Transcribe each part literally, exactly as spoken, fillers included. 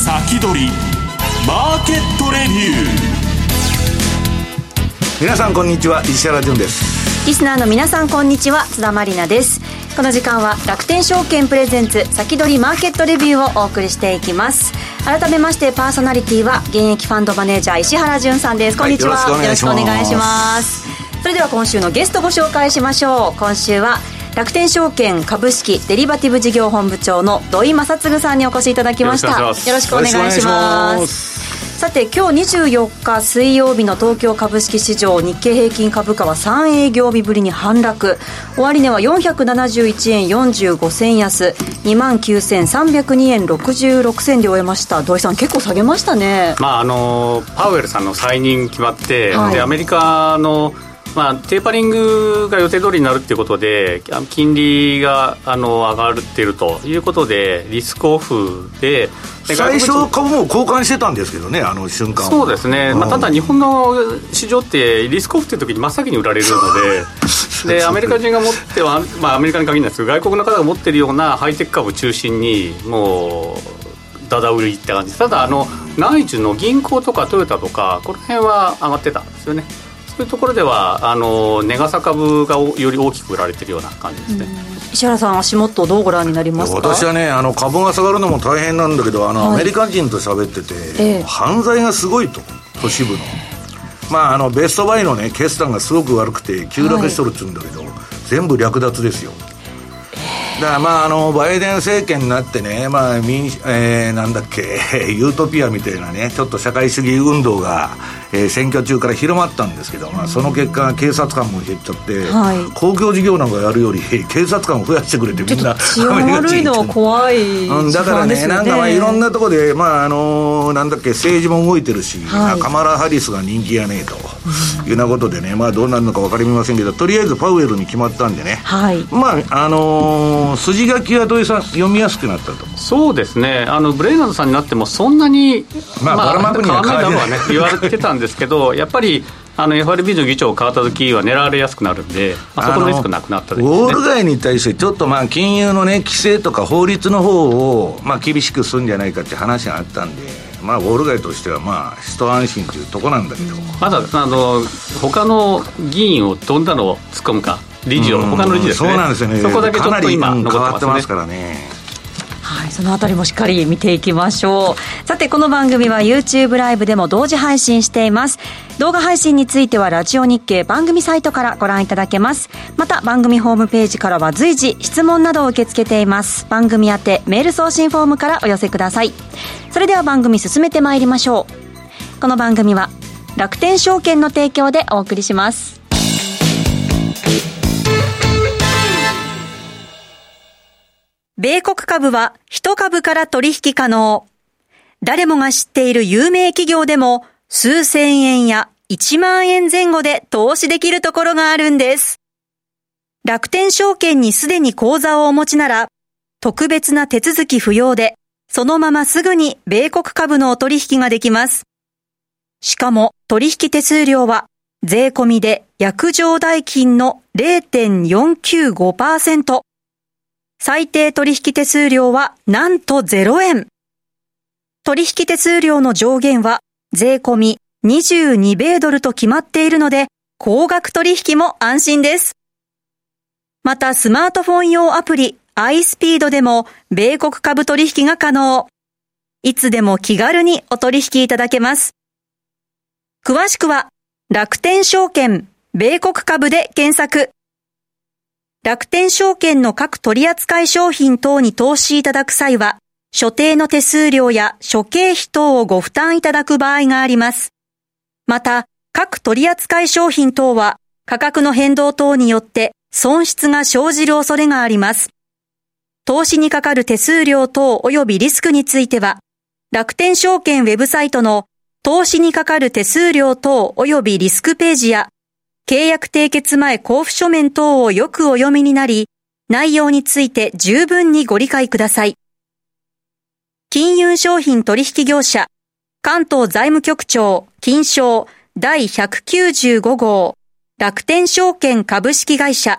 先取りマーケットレビュー。 皆さんこんにちは、石原潤です。 リスナーの皆さんこんにちは、津田まりなです。この時間は楽天証券プレゼンツ先取りマーケットレビューをお送りしていきます。改めましてパーソナリティは現役ファンドマネージャー石原潤さんです。こんにちは、はい、よろしくお願いします。それでは今週のゲストご紹介しましょう。今週は楽天証券株式デリバティブ事業本部長の土井正嗣さんにお越しいただきました。よろしくお願いします。さて今日にじゅうよっか水曜日の東京株式市場、日経平均株価はさん営業日ぶりに反落。終値はよんひゃくななじゅういちえんよんじゅうごせん安 にまんきゅうせんさんびゃくにえんろくじゅうろくせんで終えました。土井さん結構下げましたね。 まあ、あのパウエルさんの再任決まって、はい、でアメリカのまあ、テーパリングが予定通りになるということで金利があの上がっているということでリスクオフで最初株も交換してたんですけどね、あの瞬間は。 そうですね、まあ、ただ日本の市場ってリスクオフという時に真っ先に売られるのででアメリカ人が持っては、まあ、アメリカに限らないですけど外国の方が持っているようなハイテク株中心にもうダダ売りって感じです。ただあの内需の銀行とかトヨタとかこの辺は上がってたんですよね。そういうところではあの値傘株がより大きく売られているような感じですね。 石原さん足元どうご覧になりますか？ 私はね、あの株が下がるのも大変なんだけど、あの、はい、アメリカ人と喋ってて、ええ、犯罪がすごいと、都市部の、まあ、あのベストバイの、ね、決算がすごく悪くて急落しとるって言うんだけど、はい、全部略奪ですよ。だからまああのバイデン政権になってね、まあ民主えー、なんだっけユートピアみたいなねちょっと社会主義運動が、えー、選挙中から広まったんですけど、まあ、その結果警察官も減っちゃって、はい、公共事業なんかやるより警察官を増やしてくれてみんな治安悪いのは怖い、 うん、だからねなんかまあいろんなところで、まああのなんだっけ政治も動いてるし、はい、カマラ・ハリスが人気やねえというようなことでね、まあどうなるのか分かりませんけど、とりあえずパウエルに決まったんでね、はい、まああのー筋書きは土井さん読みやすくなったと。 そうですね、あのブレイナードさんになってもそんなに、 まあまあ、バラマクには変わらないは、ね、言われてたんですけどやっぱりあの エフアールビー の議長が変わった時は狙われやすくなるんで、まあ、そこのリスクなくなったです、ね、 ウォール街に対してちょっとまあ金融の、ね、規制とか法律の方をまあ厳しくするんじゃないかって話があったんで、まあ、ウォール街としてはまあ一安心というとこなんだけど、 まだあの他の議員をどんなのを突っ込むか理事を、他の理事ですね。 そうなんですよね。 そこだけちょっと今残ってますね。 変わってますからね。 はい、そのあたりもしっかり見ていきましょう。さてこの番組は YouTube ライブでも同時配信しています。動画配信についてはラジオ日経番組サイトからご覧いただけます。また番組ホームページからは随時質問などを受け付けています。番組宛てメール送信フォームからお寄せください。それでは番組進めてまいりましょう。この番組は楽天証券の提供でお送りします。米国株は一株から取引可能。誰もが知っている有名企業でも数千円やいちまんえん前後で投資できるところがあるんです。楽天証券にすでに口座をお持ちなら特別な手続き不要でそのまますぐに米国株のお取引ができます。しかも取引手数料は税込みで約定代金の ゼロてんよんきゅうごパーセント。最低取引手数料はなんとゼロえん。取引手数料の上限は税込みにじゅうに米ドルと決まっているので、高額取引も安心です。またスマートフォン用アプリ iSpeed でも米国株取引が可能。いつでも気軽にお取引いただけます。詳しくは楽天証券米国株で検索。楽天証券の各取扱商品等に投資いただく際は、所定の手数料や諸経費等をご負担いただく場合があります。また、各取扱商品等は価格の変動等によって損失が生じる恐れがあります。投資にかかる手数料等及びリスクについては、楽天証券ウェブサイトの投資にかかる手数料等及びリスクページや、契約締結前交付書面等をよくお読みになり、内容について十分にご理解ください。金融商品取引業者、関東財務局長金商第ひゃくきゅうじゅうご号、楽天証券株式会社。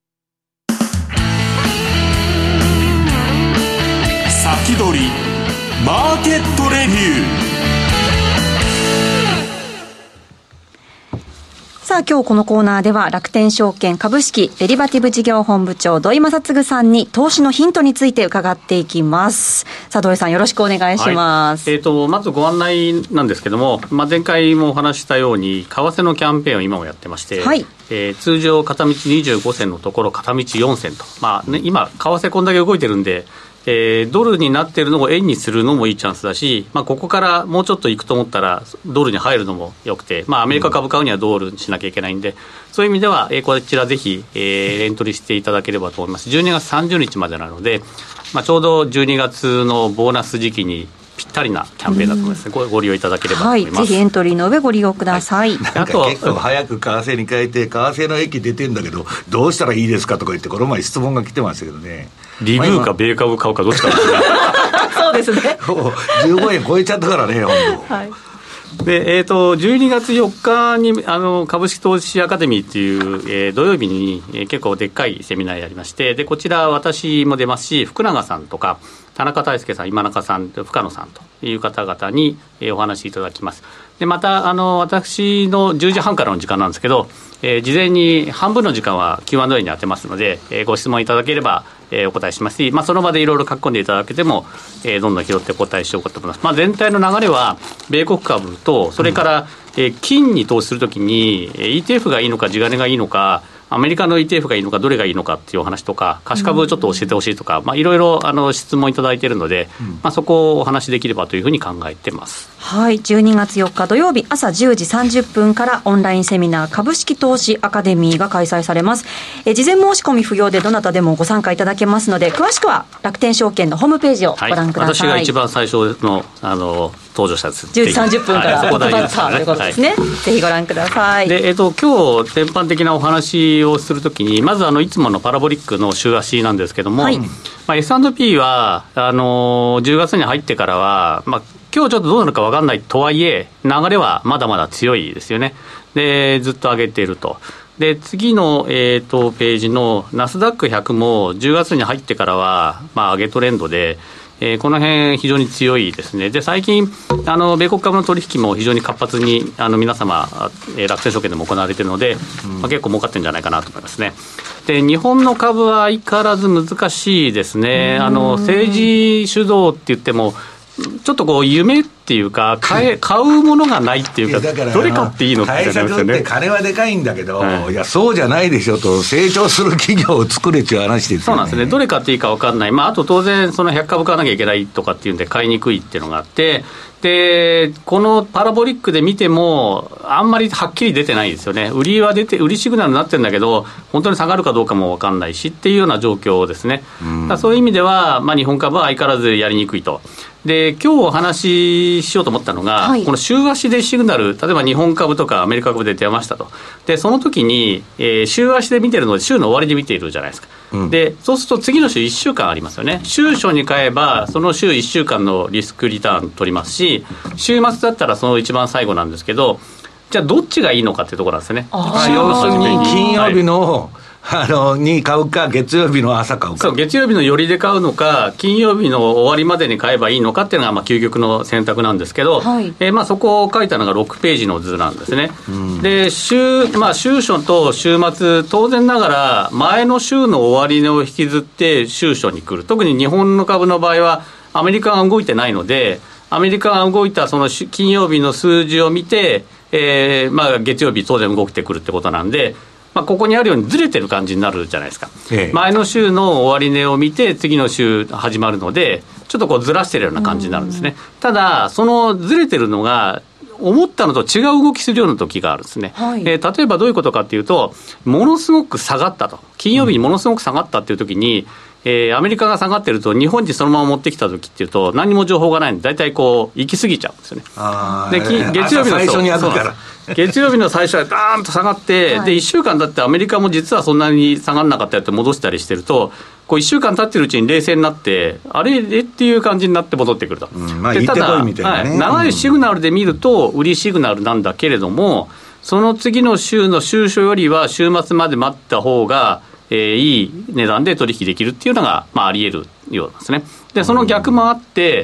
先取りマーケットレビュー。 さあ今日このコーナーでは楽天証券株式デリバティブ事業本部長土井正嗣さんに投資のヒントについて伺っていきます。さあ土井さんよろしくお願いします。 はい、えーと、まずご案内なんですけども、まあ、前回もお話したように為替のキャンペーンを今もやってまして、はい、えー、通常片道にじゅうご銭のところ片道よん銭と、まあね、今為替こんだけ動いてるんでえー、ドルになっているのを円にするのもいいチャンスだし、まあ、ここからもうちょっといくと思ったらドルに入るのもよくて、まあ、アメリカ株買うにはドルにしなきゃいけないんで、そういう意味では、えー、こちらぜひ、えー、エントリーしていただければと思います。じゅうにがつさんじゅうにちまでなので、まあ、ちょうどじゅうにがつのボーナス時期にぴったりなキャンペーンだと思います、ね、ご, ご利用いただければと思います。 はい、ぜひエントリーの上ご利用ください。 はい、なんか結構早く為替に変えて為替の益出てんだけどどうしたらいいですかとか言ってこの前質問が来てましたけどね、 リブーか米株買うかどっちかですねそうですねじゅうごえん超えちゃったからね本当、はい。 でえー、とじゅうにがつよっかにあの株式投資アカデミーという、えー、土曜日に、えー、結構でっかいセミナーやりまして、でこちら私も出ますし、福永さんとか田中大輔さん、今中さん、深野さんという方々に、えー、お話しいただきます。でまたあの私のじゅうじはんからの時間なんですけど、えー、事前に半分の時間は キューアンドエー に当てますので、えー、ご質問いただければ、えー、お答えしますし、まあ、その場でいろいろ書き込んでいただけても、えー、どんどん拾ってお答えしようかと思います。まあ、全体の流れは米国株とそれから、うん、えー、金に投資するときに イーティーエフ がいいのか地金がいいのかアメリカの イーティーエフ がいいのかどれがいいのかっていうお話とか、貸し株ちょっと教えてほしいとか、まあ、いろいろあの質問いただいているので、うん、まあ、そこをお話しできればというふうに考えてます。 はい、じゅうにがつよっか土曜日朝じゅうじさんじゅっぷんからオンラインセミナー株式投資アカデミーが開催されます。え事前申し込み不要でどなたでもご参加いただけますので、詳しくは楽天証券のホームページをご覧ください。 はい、私が一番最初の、あの登場したやつじゅうじさんじゅっぷんからトップバッターということですね、はい、ぜひご覧ください。 で、えー、と今日全般的なお話をするときにまずあのいつものパラボリックの週足なんですけども、はい、まあ、エスアンドピー はあのじゅうがつに入ってからは、まあ、今日ちょっとどうなるか分かんないとはいえ流れはまだまだ強いですよね。でずっと上げていると。で次の、えー、とページのナスダックひゃくもじゅうがつに入ってからは、まあ、上げトレンドで、えー、この辺非常に強いですね。で最近あの米国株の取引も非常に活発にあの皆様、えー、楽天証券でも行われているので、うん、まあ、結構儲かってるんじゃないかなと思いますね。で日本の株は相変わらず難しいですね。あの政治主導って言ってもちょっとこう夢っていうか買え買うものがないっていうか、 かどれ買っていいのって対策って金はでかいんだけど、はい、いやそうじゃないでしょと、成長する企業を作れっていう話ですよね。 そうなんですね。どれ買っていいか分かんない、まあ、あと当然そのひゃくかぶ買わなきゃいけないとかっていうんで買いにくいっていうのがあって、でこのパラボリックで見てもあんまりはっきり出てないですよね。売りは出て売りシグナルになってるんだけど本当に下がるかどうかも分かんないしっていうような状況ですね。だそういう意味では、まあ、日本株は相変わらずやりにくいと。で今日お話ししようと思ったのが、はい、この週足でシグナル、例えば日本株とかアメリカ株で出ましたと。でその時に、えー、週足で見てるので週の終わりで見ているじゃないですか、うん、でそうすると次の週いっしゅうかんありますよね。週初に買えばその週いっしゅうかんのリスクリターン取りますし、週末だったらその一番最後なんですけど、じゃあどっちがいいのかっていうところなんですよね。 要するに金曜日の、はい、あのに買うか月曜日の朝買うか。 そう、月曜日の寄りで買うのか金曜日の終わりまでに買えばいいのかっていうのがまあ究極の選択なんですけど、はい、えー、まあそこを書いたのがろくページの図なんですね、うん、で 週,、まあ、週初と週末当然ながら前の週の終わりを引きずって週初に来る。特に日本の株の場合はアメリカが動いてないのでアメリカが動いたその金曜日の数字を見て、えーまあ、月曜日当然動いてくるってことなんで、まあ、ここにあるようにずれてる感じになるじゃないですか、ええ、前の週の終値を見て次の週始まるのでちょっとこうずらしてるような感じになるんですね。ただそのずれてるのが思ったのと違う動きするような時があるんですね、はい、えー、例えばどういうことかっていうとものすごく下がったと、金曜日にものすごく下がったっていう時に、うん、えー、アメリカが下がってると日本にそのまま持ってきた時っていうと何も情報がないので大体こう行き過ぎちゃうんですよね。 あで月曜日の最初にやるから月曜日の最初はダーンと下がって、はい、でいっしゅうかん経ってアメリカも実はそんなに下がらなかったやって戻したりしてるとこういっしゅうかん経ってるうちに冷静になってあれれっていう感じになって戻ってくると、うん、まあ、でただ、みたいなね、はい、長いシグナルで見ると売りシグナルなんだけれども、その次の週の週初よりは週末まで待った方が、えー、いい値段で取引できるっていうのが、まあ、あり得るようなんですね。でその逆もあって、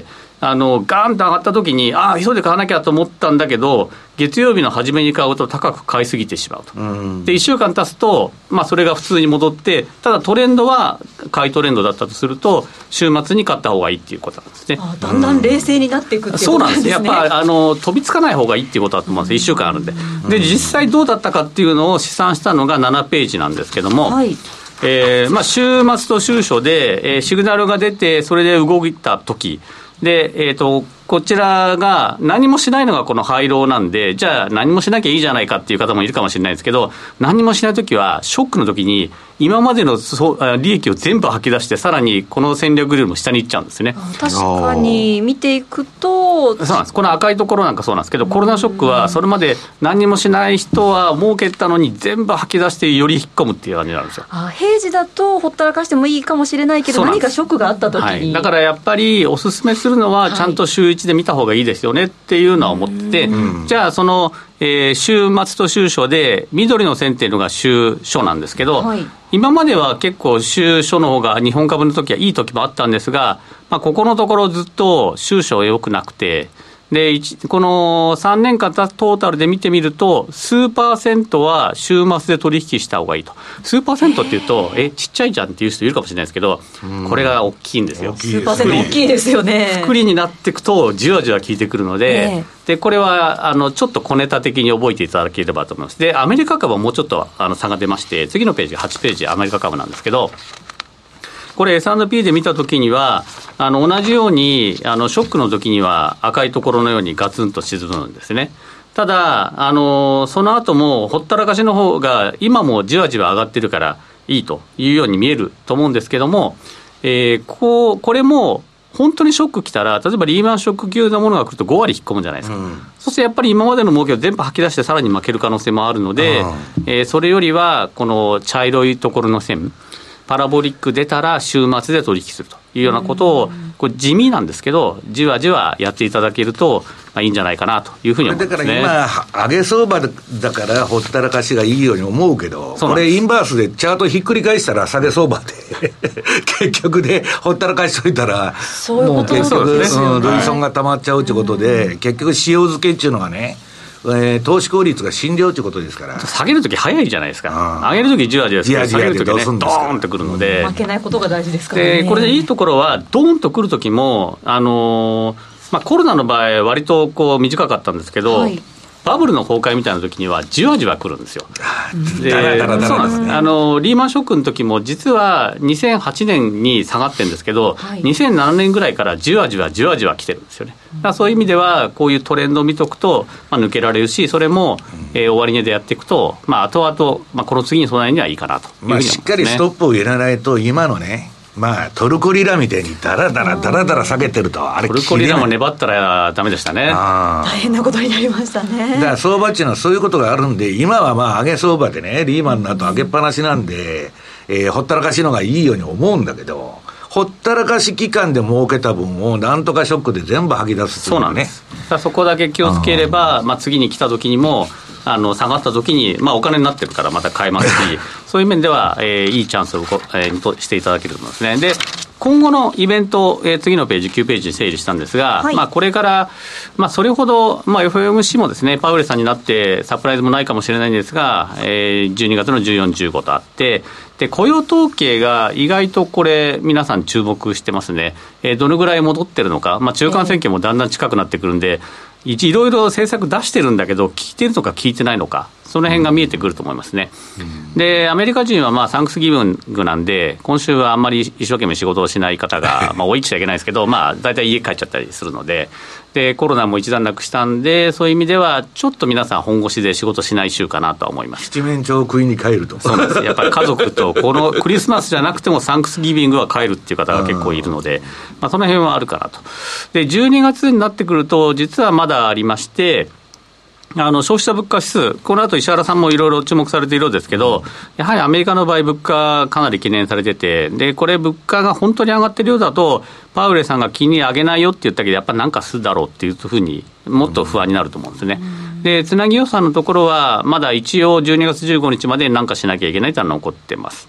あのガーンと上がった時にああ急いで買わなきゃと思ったんだけど月曜日の初めに買うと高く買いすぎてしまうと、うん、でいっしゅうかん経つと、まあ、それが普通に戻ってただトレンドは買いトレンドだったとすると週末に買った方がいいっていうことなんですね。 あだんだん冷静になっていくっていうことなんですね。 そうなんですやっぱあの飛びつかない方がいいっていうことだと思うんですいっしゅうかんあるんで、うん、で実際どうだったかっていうのを試算したのがななページなんですけども、はいえーまあ、週末と週初で、えー、シグナルが出てそれで動いた時で、えー、とこちらが何もしないのがこのハイローなんでじゃあ何もしなきゃいいじゃないかっていう方もいるかもしれないですけど何もしないときはショックのときに今までの利益を全部吐き出してさらにこの戦略よりも下に行っちゃうんですね。 確かに見ていくとそうなんですこの赤いところなんかそうなんですけどコロナショックはそれまで何もしない人は儲けたのに全部吐き出してより引っ込むっていう感じになるんですよ。 あ平時だとほったらかしてもいいかもしれないけど何かショックがあったときに、はい、 だからやっぱりおすすめするのはちゃんと週いちで見た方がいいですよねっていうのは思ってて、うん、じゃあその、えー、週末と週初で緑の線っていうのが週初なんですけど、はい、今までは結構週初の方が日本株の時はいい時もあったんですが、まあ、ここのところずっと週初は良くなくてでこのさんねんかんトータルで見てみると数パーセントは週末で取引した方がいいと。数パーセントっていうとえちっちゃいじゃんっていう人いるかもしれないですけどこれが大きいんですよ。 数パーセント大きいですよね。 複利になっていくとじわじわ効いてくるので、えー、でこれはあのちょっと小ネタ的に覚えていただければと思います。でアメリカ株はもうちょっとあの差が出まして次のページはちページアメリカ株なんですけどこれ エスアンドピー で見たときにはあの同じようにあのショックのときには赤いところのようにガツンと沈むんですね。ただあのその後もほったらかしの方が今もじわじわ上がってるからいいというように見えると思うんですけども、えー、こうこれも本当にショック来たら例えばリーマンショック級のものが来るとごわり引っ込むんじゃないですか、うん、そしてやっぱり今までの儲けを全部吐き出してさらに負ける可能性もあるので、えー、それよりはこの茶色いところの線パラボリック出たら週末で取引するというようなことをこれ地味なんですけどじわじわやっていただけるとまあいいんじゃないかなというふうに思いますね。 だから今上げ相場だからほったらかしがいいように思うけどこれインバースでチャートひっくり返したら下げ相場で結局でほったらかしといたらそういうこともう結局ですよね。 類損が溜まっちゃうということで、うん、結局塩漬けっていうのがねえー、投資効率が診療ということですから下げるとき早いじゃないですか、うん、上げるときじわじわですけど下げるときねドーンとくるので、 うん、負けないことが大事ですからね。 でこれでいいところはドーンとくるときも、あのーまあ、コロナの場合割とこう短かったんですけど、はい、バブルの崩壊みたいな時にはじわじわ来るんですよ。でそうなんですね。あのリーマンショックの時も実はにせんはちねんに下がってるんですけど、はい、にせんななねんぐらいからじわじわじわじわ来てるんですよね。だからそういう意味ではこういうトレンドを見とくと、まあ、抜けられるしそれも、えー、終値でやっていくと、まあ、後々、まあ、この次に備えにはいいかなというふうに思いますね。 まあ、しっかりストップを入れないと今のねまあ、トルコリラみたいにダラダラダラダラ下げてるとあれトルコリラも粘ったらダメでしたね。 大変なことになりましたね。 だから相場っていうのはそういうことがあるんで今はまあ上げ相場でねリーマンの後上げっぱなしなんで、えー、ほったらかしのがいいように思うんだけどほったらかし期間で儲けた分をなんとかショックで全部吐き出すっていうね。そうなんです。 だからそこだけ気をつければ、まあ、次に来た時にもあの下がった時に、まあ、お金になってるからまた買えますしそういう面では、えー、いいチャンスを、えー、としていただけると思いますね。で今後のイベント、えー、次のページきゅうページに整理したんですが、はいまあ、これから、まあ、それほど、まあ、エフオーエムシー もですねパウエルさんになってサプライズもないかもしれないんですが、えー、じゅうにがつのじゅうよん、じゅうごとあってで雇用統計が意外とこれ皆さん注目してますね、えー、どのぐらい戻ってるのか、まあ、中間選挙もだんだん近くなってくるんで、えー、いろいろ政策出してるんだけど効いてるのか効いてないのかその辺が見えてくると思いますね、うん、でアメリカ人はまあサンクスギブングなんで今週はあんまり一生懸命仕事をしない方がまあ多いっちゃいけないですけどまあ大体家帰っちゃったりするのででコロナも一段落したんでそういう意味ではちょっと皆さん本腰で仕事しない週かなとは思います。 七面鳥食いに帰るとそうなんです。やっぱり家族とこのクリスマスじゃなくてもサンクスギビングは帰るっていう方が結構いるのでまあ、その辺はあるかなと。でじゅうにがつになってくると実はまだありましてあの消費者物価指数この後石原さんもいろいろ注目されているようですけどやはりアメリカの場合物価かなり懸念されててでこれ物価が本当に上がっているようだとパウエルさんが金利上げないよって言ったけどやっぱりなんかするだろうっていうふうにもっと不安になると思うんですね。でつなぎ予算のところはまだ一応じゅうにがつじゅうごにちまで何かしなきゃいけないというのは残ってます。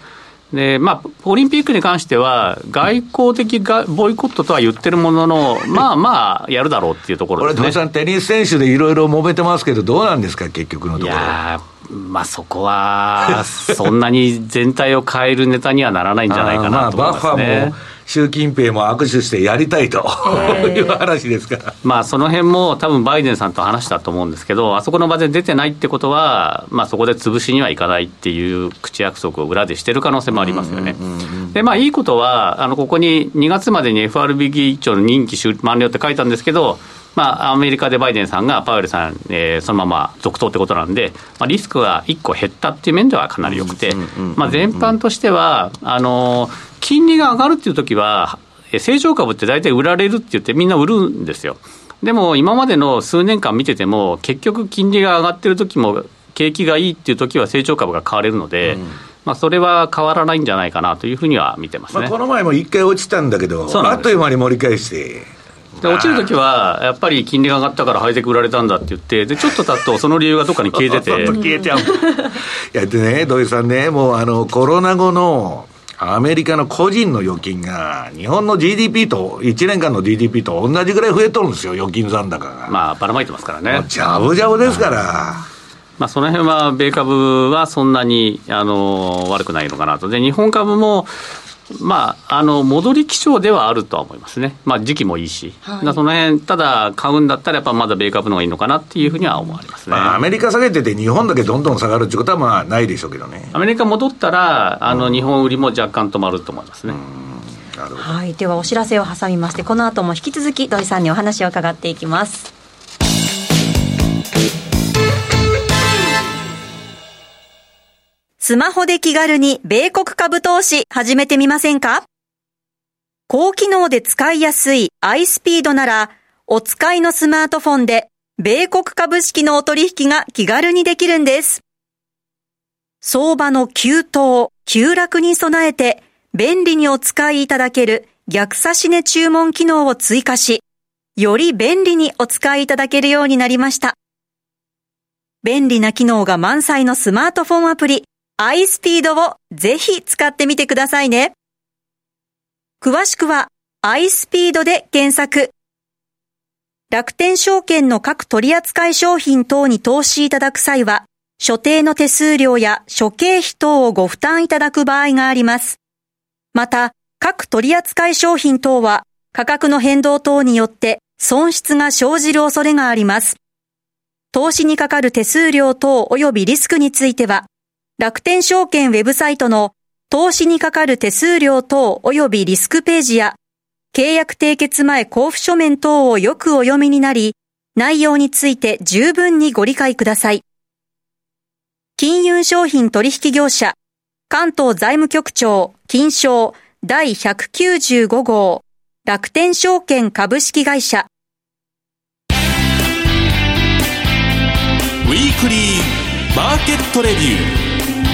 でまあ、オリンピックに関しては外交的ボイコットとは言ってるもののまあまあやるだろうっていうところですね。 これ土井さんテニス選手でいろいろ揉めてますけどどうなんですか結局のところ。 いやまあそこはそんなに全体を変えるネタにはならないんじゃないかなと思いますね。 まあ、バッファも習近平も握手してやりたいと、えー、いう話ですから、 まあ、その辺も多分バイデンさんと話したと思うんですけど、あそこの場で出てないってことは、まあ、そこで潰しにはいかないっていう口約束を裏でしてる可能性もありますよね。で、まあ、いいことはあのここににがつまでに エフアールビー 議長の任期満了って書いたんですけど、まあ、アメリカでバイデンさんがパウエルさん、えー、そのまま続投ってことなんで、まあ、リスクがいっこ減ったっていう面ではかなり良くて、まあ、全般としてはあの金利が上がるっていうときは成長株って大体売られるって言ってみんな売るんですよ。でも今までの数年間見てても結局金利が上がってるときも景気がいいっていうときは成長株が買われるので、うんまあ、それは変わらないんじゃないかなというふうには見てますね。 まあ、この前もいっかい落ちたんだけどあっという間に盛り返してで落ちるときはやっぱり金利が上がったからハイテク売られたんだって言ってでちょっと経つとその理由がどっかに消えてて消えちゃういやでね土井さんねもうあのコロナ後のアメリカの個人の預金が日本の ジーディーピー といちねんかんの ジーディーピー と同じぐらい増えとるんですよ預金残高が。 まあばらまいてますからね。 ジャブジャブですから、 まあ、その辺は米株はそんなにあの悪くないのかなと。で日本株もまあ、あの戻り基調ではあるとは思いますね。まあ、時期もいいし、はい、その辺ただ買うんだったらやっぱまだ米株の方がいいのかなっていうふうには思われますね。 まあ、アメリカ下げてて日本だけどんどん下がるってことはまあないでしょうけどね。 アメリカ戻ったらあの日本売りも若干止まると思いますね。 うんなるほど。はい、ではお知らせを挟みましてこの後も引き続き土井さんにお話を伺っていきます。スマホで気軽に米国株投資始めてみませんか？高機能で使いやすい iSpeed なら、お使いのスマートフォンで米国株式のお取引が気軽にできるんです。相場の急騰、急落に備えて便利にお使いいただける逆差し値注文機能を追加し、より便利にお使いいただけるようになりました。便利な機能が満載のスマートフォンアプリ、iSpeed をぜひ使ってみてくださいね。詳しくは iSpeed で検索。楽天証券の各取扱商品等に投資いただく際は、所定の手数料や諸経費等をご負担いただく場合があります。また、各取扱商品等は価格の変動等によって損失が生じる恐れがあります。投資にかかる手数料等及びリスクについては、楽天証券ウェブサイトの投資にかかる手数料等及びリスクページや契約締結前交付書面等をよくお読みになり、内容について十分にご理解ください。金融商品取引業者関東財務局長金商第ひゃくきゅうじゅうご号楽天証券株式会社。 ウィークリーマーケットレビュー。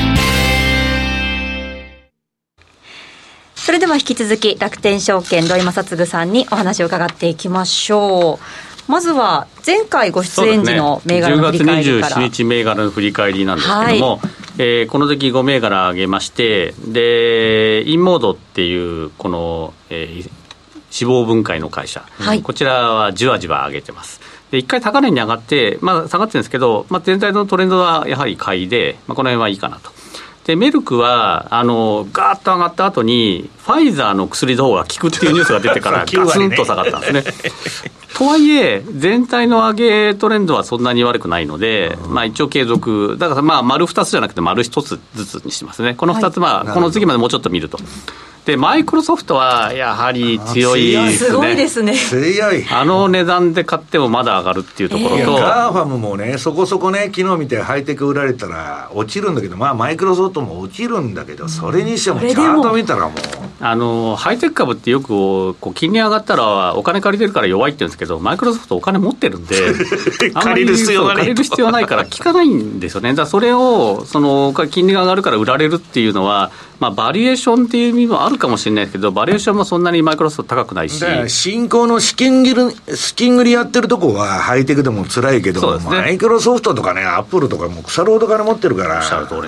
それでは引き続き楽天証券土井正嗣さんにお話を伺っていきましょう。まずは前回ご出演時の銘柄の振り返りから、ね、じゅうがつにじゅうしちにち銘柄の振り返りなんですけども、はいえー、この時ご銘柄上げましてでインモードっていうこの、えー、脂肪分解の会社、はい、こちらはじわじわ上げてます。でいっかい高値に上がって、まあ、下がってるんですけど、まあ、全体のトレンドはやはり買いで、まあ、この辺はいいかなと。でメルクはあのガーッと上がった後にファイザーの薬の方が効くっていうニュースが出てからガツンと下がったんですねとはいえ全体の上げトレンドはそんなに悪くないので、まあ、一応継続だからまあ丸ふたつじゃなくて丸ひとつずつにしてますね。このふたつ、まあはい、この次までもうちょっと見るとでマイクロソフトはやはり強いですね。 すごいですね。 強い。 あの値段で買ってもまだ上がるっていうところと、えー、 ガーファムもねそこそこね昨日見てハイテク売られたら落ちるんだけど、まあマイクロソフトも落ちるんだけど、それにしてもチャート見たらもうあのハイテク株ってよくこう金利上がったらお金借りてるから弱いって言うんですけど、マイクロソフトお金持ってるんで借りる必要がない借りる必要ないから効かないんですよね。だからそれをその金利が上がるから売られるっていうのは、まあ、バリエーションっていう意味もあるかもしれないですけど、バリエーションもそんなにマイクロソフト高くないし、 新興の資金繰り資金繰りやってるとこはハイテクでも辛いけど、ね、マイクロソフトとかねアップルとかも腐るほど金持ってるから。 おっしゃる通りなんです。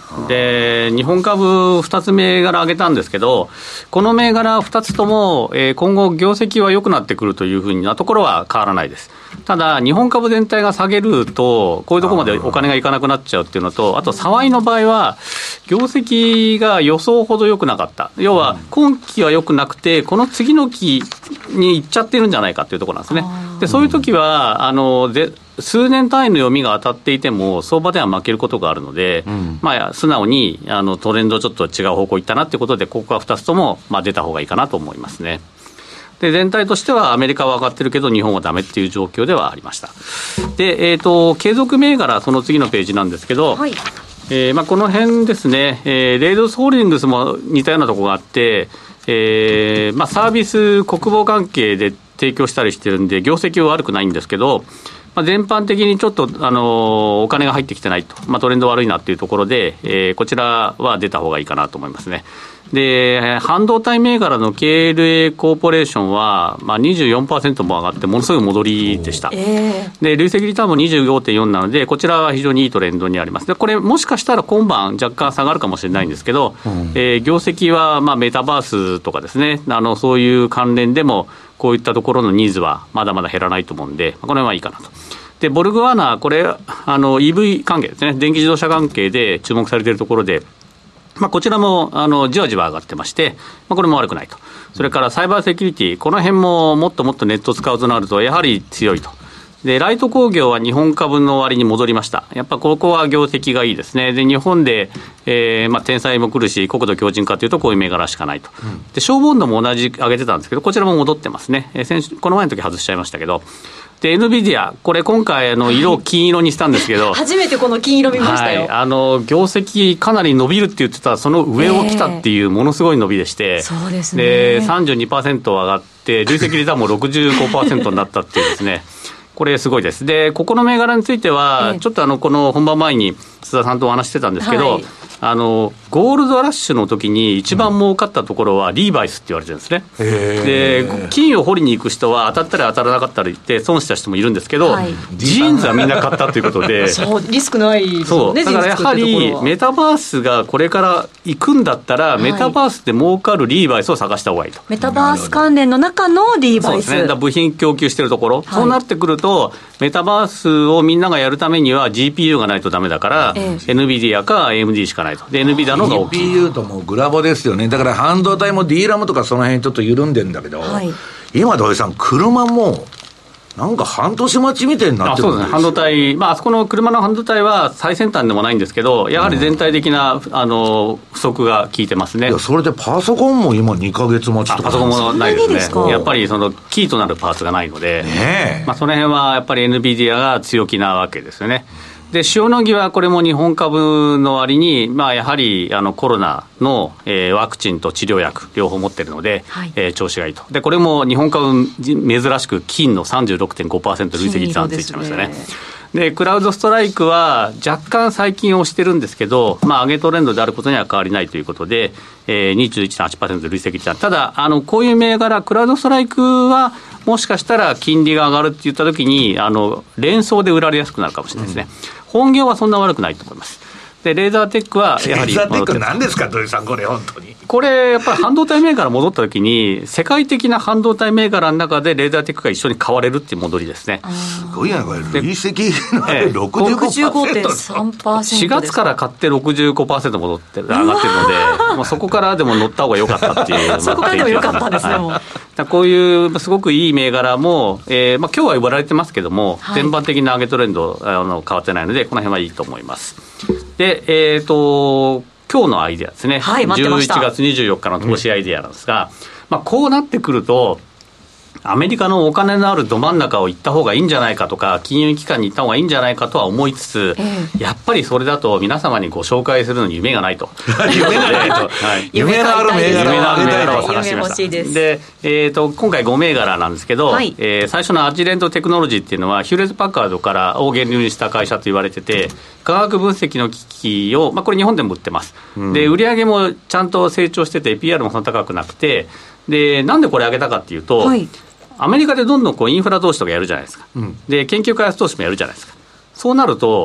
で日本株ふたつ銘柄挙げたんですけど、この銘柄ふたつとも、えー、今後業績は良くなってくるというふうなところは変わらないです。ただ日本株全体が下げるとこういうところまでお金がいかなくなっちゃうっていうのと、あと沢井の場合は業績が予想ほど良くなかった、要は今期は良くなくてこの次の期に行っちゃってるんじゃないかっていうところなんですね。でそういう時はあので数年単位の読みが当たっていても相場では負けることがあるので、うん、まあ、素直にあのトレンドちょっと違う方向行ったなということで、ここはふたつともまあ出た方がいいかなと思いますね。で全体としてはアメリカは上がってるけど日本はダメっていう状況ではありました。で、えーと、継続銘柄、その次のページなんですけど、はい、えーまあ、この辺ですね、えー、レイドスホールディングスも似たようなところがあって、えーまあ、サービス国防関係で提供したりしてるんで業績は悪くないんですけど、まあ、全般的にちょっと、あのー、お金が入ってきてないと、まあ、トレンド悪いなっていうところで、えー、こちらは出た方がいいかなと思いますね。で半導体銘柄の ケーエルエー コーポレーションは、まあ、にじゅうよんパーセント も上がってものすごい戻りでした、えー、で累積リターンも にじゅうごてんよん なのでこちらは非常にいいトレンドにあります。でこれもしかしたら今晩若干下がるかもしれないんですけど、うんえー、業績はまあメタバースとかですね、あのそういう関連でもこういったところのニーズはまだまだ減らないと思うんで、これはいいかなと。でボルグワーナー、これあの イーブイ 関係ですね、電気自動車関係で注目されているところで、まあ、こちらもあのじわじわ上がってまして、まあ、これも悪くないと。それからサイバーセキュリティ、この辺ももっともっとネットを使うとなるとやはり強いと。でライト工業は日本株の割に戻りました。やっぱここは業績がいいですね。で日本で、えーまあ、天才も来るし国土強靭化というとこういう銘柄しかないと、うん、で小ボンドも同じ上げてたんですけどこちらも戻ってますね。えー、先週この前の時外しちゃいましたけど、で エヌビディア、これ今回の色を金色にしたんですけど、はい、 初めてこの金色見ましたよ、 はい、あの業績かなり伸びるって言ってたその上を来たっていうものすごい伸びでして、えー、そうですね、で さんじゅうにパーセント 上がって累積リターンも ろくじゅうごパーセント になったっていうですねこれすごいです。でここの銘柄については、えー、ちょっとあのこの本番前に須田さんとお話してたんですけど、はい、あのゴールドラッシュの時に一番儲かったところはリーバイスって言われてるんですね、うん、で金を掘りに行く人は当たったり当たらなかったりって損した人もいるんですけど、はい、ジーンズはみんな買ったということでそうリスクないですよね。 そうだからやはりメタバースがこれから行くんだったら、はい、メタバースで儲かるリーバイスを探した方がいいと。 メタバース関連の中のリーバイス、 そうですね、だ部品供給してるところ、はい、そうなってくるとメタバースをみんながやるためには ジーピーユー がないとダメだから、ええ、エヌビディア か エーエムディー しかないと。で エヌビディア の方が大きい。 ジーピーユー ともグラボですよね。だから半導体も ディーラム とかその辺ちょっと緩んでるんだけど、はい、今土井さん車もなんか半年待ちみたいになってるんですよ。あ、そうですね、 半導体、まあ、あそこの車の半導体は最先端でもないんですけど、やはり全体的な、うん、あの不足が効いてますね。 いやそれでパソコンも今にかげつ待ちとか。 パソコンもないですね。やっぱりそのキーとなるパーツがないので、ね、まあ、その辺はやっぱり エヌビディア が強気なわけですよね。で塩野義はこれも日本株の割に、まあ、やはりあのコロナの、えー、ワクチンと治療薬両方持っているので、はい、えー、調子がいいと。でこれも日本株珍しく金の さんじゅうろくてんごパーセント 累積リターンついちゃいましたね。でクラウドストライクは若干最近押してるんですけど、まあ、上げトレンドであることには変わりないということで、えー、にじゅういちてんはちパーセント 累積リターン。ただあのこういう銘柄クラウドストライクはもしかしたら金利が上がるって言った時にあの連想で売られやすくなるかもしれないですね、うん、本業はそんな悪くないと思います。でレーザーテックはやはりレーザーテック何ですか土井さんこれ本当にこれやっぱり半導体銘柄戻った時に世界的な半導体銘柄の中でレーザーテックが一緒に買われるっていう戻りですね。 すごいやこれ累積のあれ ろくじゅうごてんさんパーセントしがつから買って ろくじゅうごパーセント 戻って上がってるのでもうそこからでも乗った方が良かったっていうそこからでも良かったですね。もうこういうすごくいい銘柄も、えーまあ、今日は売られてますけども、はい、全般的な上げトレンドあの変わってないのでこの辺はいいと思います。で、えーと今日のアイデアですね、はい、じゅういちがつにじゅうよっかの投資アイデアなんですが、うんまあ、こうなってくるとアメリカのお金のあるど真ん中を行った方がいいんじゃないかとか金融機関に行った方がいいんじゃないかとは思いつつ、えー、やっぱりそれだと皆様にご紹介するのに夢がないと夢がないと、はい、夢のある銘柄を探してみました。で、えー、と今回ご銘柄なんですけど、はいえー、最初のアジレントテクノロジーっていうのはヒューレット・パッカードからを源流にした会社と言われてて科学分析の機器を、まあ、これ日本でも売ってます、うん、で売上もちゃんと成長してて ピーアール もそんな高くなくてでなんでこれ上げたかっていうと、はいアメリカでどんどんこうインフラ投資とかやるじゃないですか、うん、で研究開発投資もやるじゃないですか。そうなると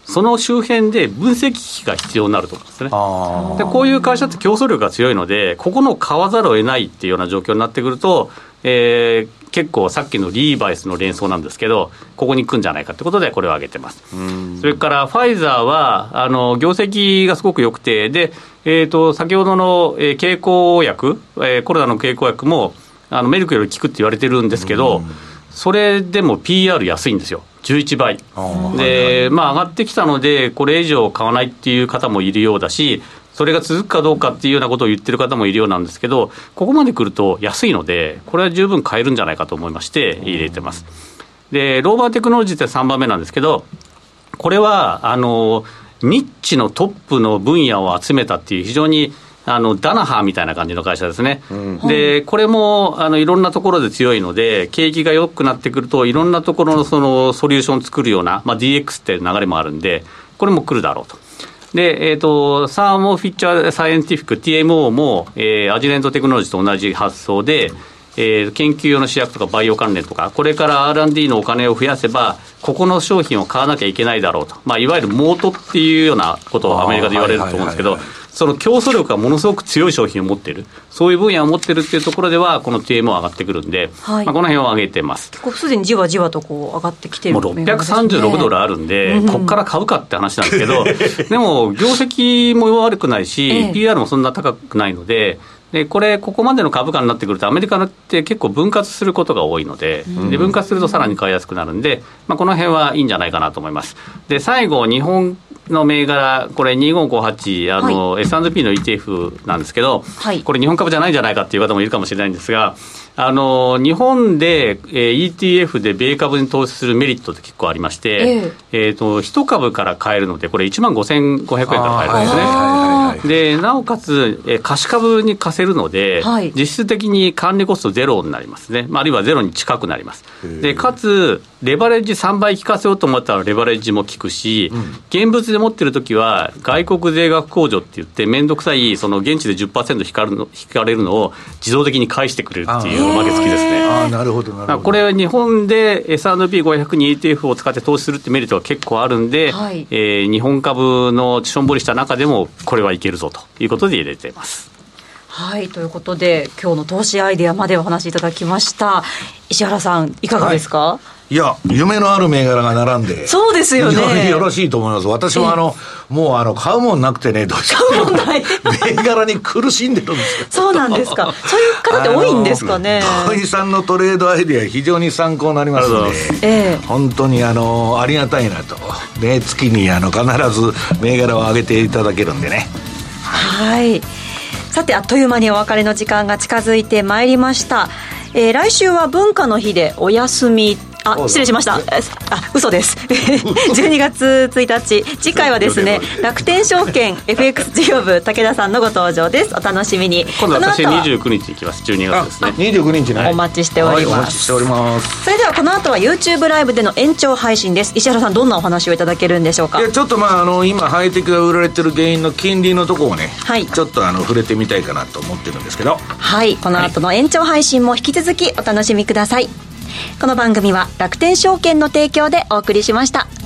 その周辺で分析機器が必要になると思うんですね。あでこういう会社って競争力が強いので、ここの買わざるを得ないっていうような状況になってくると、えー、結構さっきのリーバイスの連想なんですけど、ここに来るんじゃないかということでこれを挙げてます。それからファイザーはあの業績がすごく良くて、で、えー、と先ほどの、えー、経口薬、えー、コロナの経口薬もあのメルクより効くって言われてるんですけど、それでも ピーアール 安いんですよ。じゅういちばいで、まあ、上がってきたのでこれ以上買わないっていう方もいるようだし、それが続くかどうかっていうようなことを言ってる方もいるようなんですけど、ここまで来ると安いのでこれは十分買えるんじゃないかと思いまして入れてます。でローバーテクノロジーってさんばんめなんですけど、これはあのニッチのトップの分野を集めたっていう非常にあのダナハーみたいな感じの会社ですね、うん、でこれもあのいろんなところで強いので、景気が良くなってくるといろんなところのそのソリューションを作るような、まあ、ディーエックス っていう流れもあるんで、これも来るだろうと。で、えーと、サーモフィッチャーサイエンティフィック ティーエムオー も、えー、アジレントテクノロジーと同じ発想で、えー、研究用の試薬とかバイオ関連とか、これから アールアンドディー のお金を増やせばここの商品を買わなきゃいけないだろうと、まあ、いわゆるモートっていうようなことをアメリカで言われると思うんですけど、その競争力がものすごく強い商品を持っている、そういう分野を持っているっていうところではこの ティーエムオー 上がってくるんで、はい、まあ、この辺を上げてます。 結構すでにじわじわとこう上がってきてる、ね、 もうろっぴゃくさんじゅうろくドルあるんで、うん、ここから買うかって話なんですけどでも業績も悪くないし、ええ、ピーアール もそんな高くないので、でこれここまでの株価になってくるとアメリカって結構分割することが多いの で,、うん、で分割するとさらに買いやすくなるんで、まあ、この辺はいいんじゃないかなと思います。で最後日本の銘柄、これにごごはちあの、はい、エスアンドピー の イーティーエフ なんですけど、はい、これ日本株じゃないんじゃないかっていう方もいるかもしれないんですが、あの日本で、えー、イーティーエフ で米株に投資するメリットって結構ありまして、えーえー、といち株から買えるので、これいちまんごせんごひゃくえんから買えるんですね。はいはいはいはい、でなおかつ、えー、貸し株に貸せるので、はい、実質的に管理コストゼロになりますね、まあ、あるいはゼロに近くなります。でかつレバレッジさんばい効かせようと思ったらレバレッジも効くし、うん、現物で持ってるときは外国税額控除って言って面倒くさいその現地で じゅっパーセント 引かれるの、引かれるのを自動的に返してくれるっていうおまけ付きですね。 あ、なるほどなるほど。 これは日本で エスアンドピーごひゃく に イーティーエフ を使って投資するってメリットが結構あるんで、はい、えー、日本株のしょんぼりした中でもこれはいけるぞということで入れています。 はい、ということで今日の投資アイデアまでお話しいただきました。石原さんいかがですか？はい、 いや夢のある銘柄が並んで、 そうですよね、 よろしいと思います。私もあのもうあの買うもんなくてね、どうしよう銘柄に苦しんでるんですよ。 そうなんですか。そういう方って多いんですかね。 小井さんのトレードアイデア非常に参考になりますので、えー、本当にあのありがたいなと、ね、月にあの必ず銘柄を上げていただけるんでね。 はい、さてあっという間にお別れの時間が近づいてまいりました。えー、来週は文化の日でお休み、あ、失礼しました。あ、嘘です。じゅうにがつついたち、次回はですね、楽天証券 エフエックス 事業部武田さんのご登場です。お楽しみに。 今度は私にじゅうくにち行きます。じゅうにがつですね。 にじゅうくにちね。 お待ちしております。はい、お待ちしております。それではこの後は YouTube ライブでの延長配信です。石原さんどんなお話をいただけるんでしょうか？ いやちょっとまああの今ハイテクが売られてる原因の金利のところをね、はい、ちょっとあの触れてみたいかなと思ってるんですけど、 はい、この後の延長配信も引き続きお楽しみください。この番組は楽天証券の提供でお送りしました。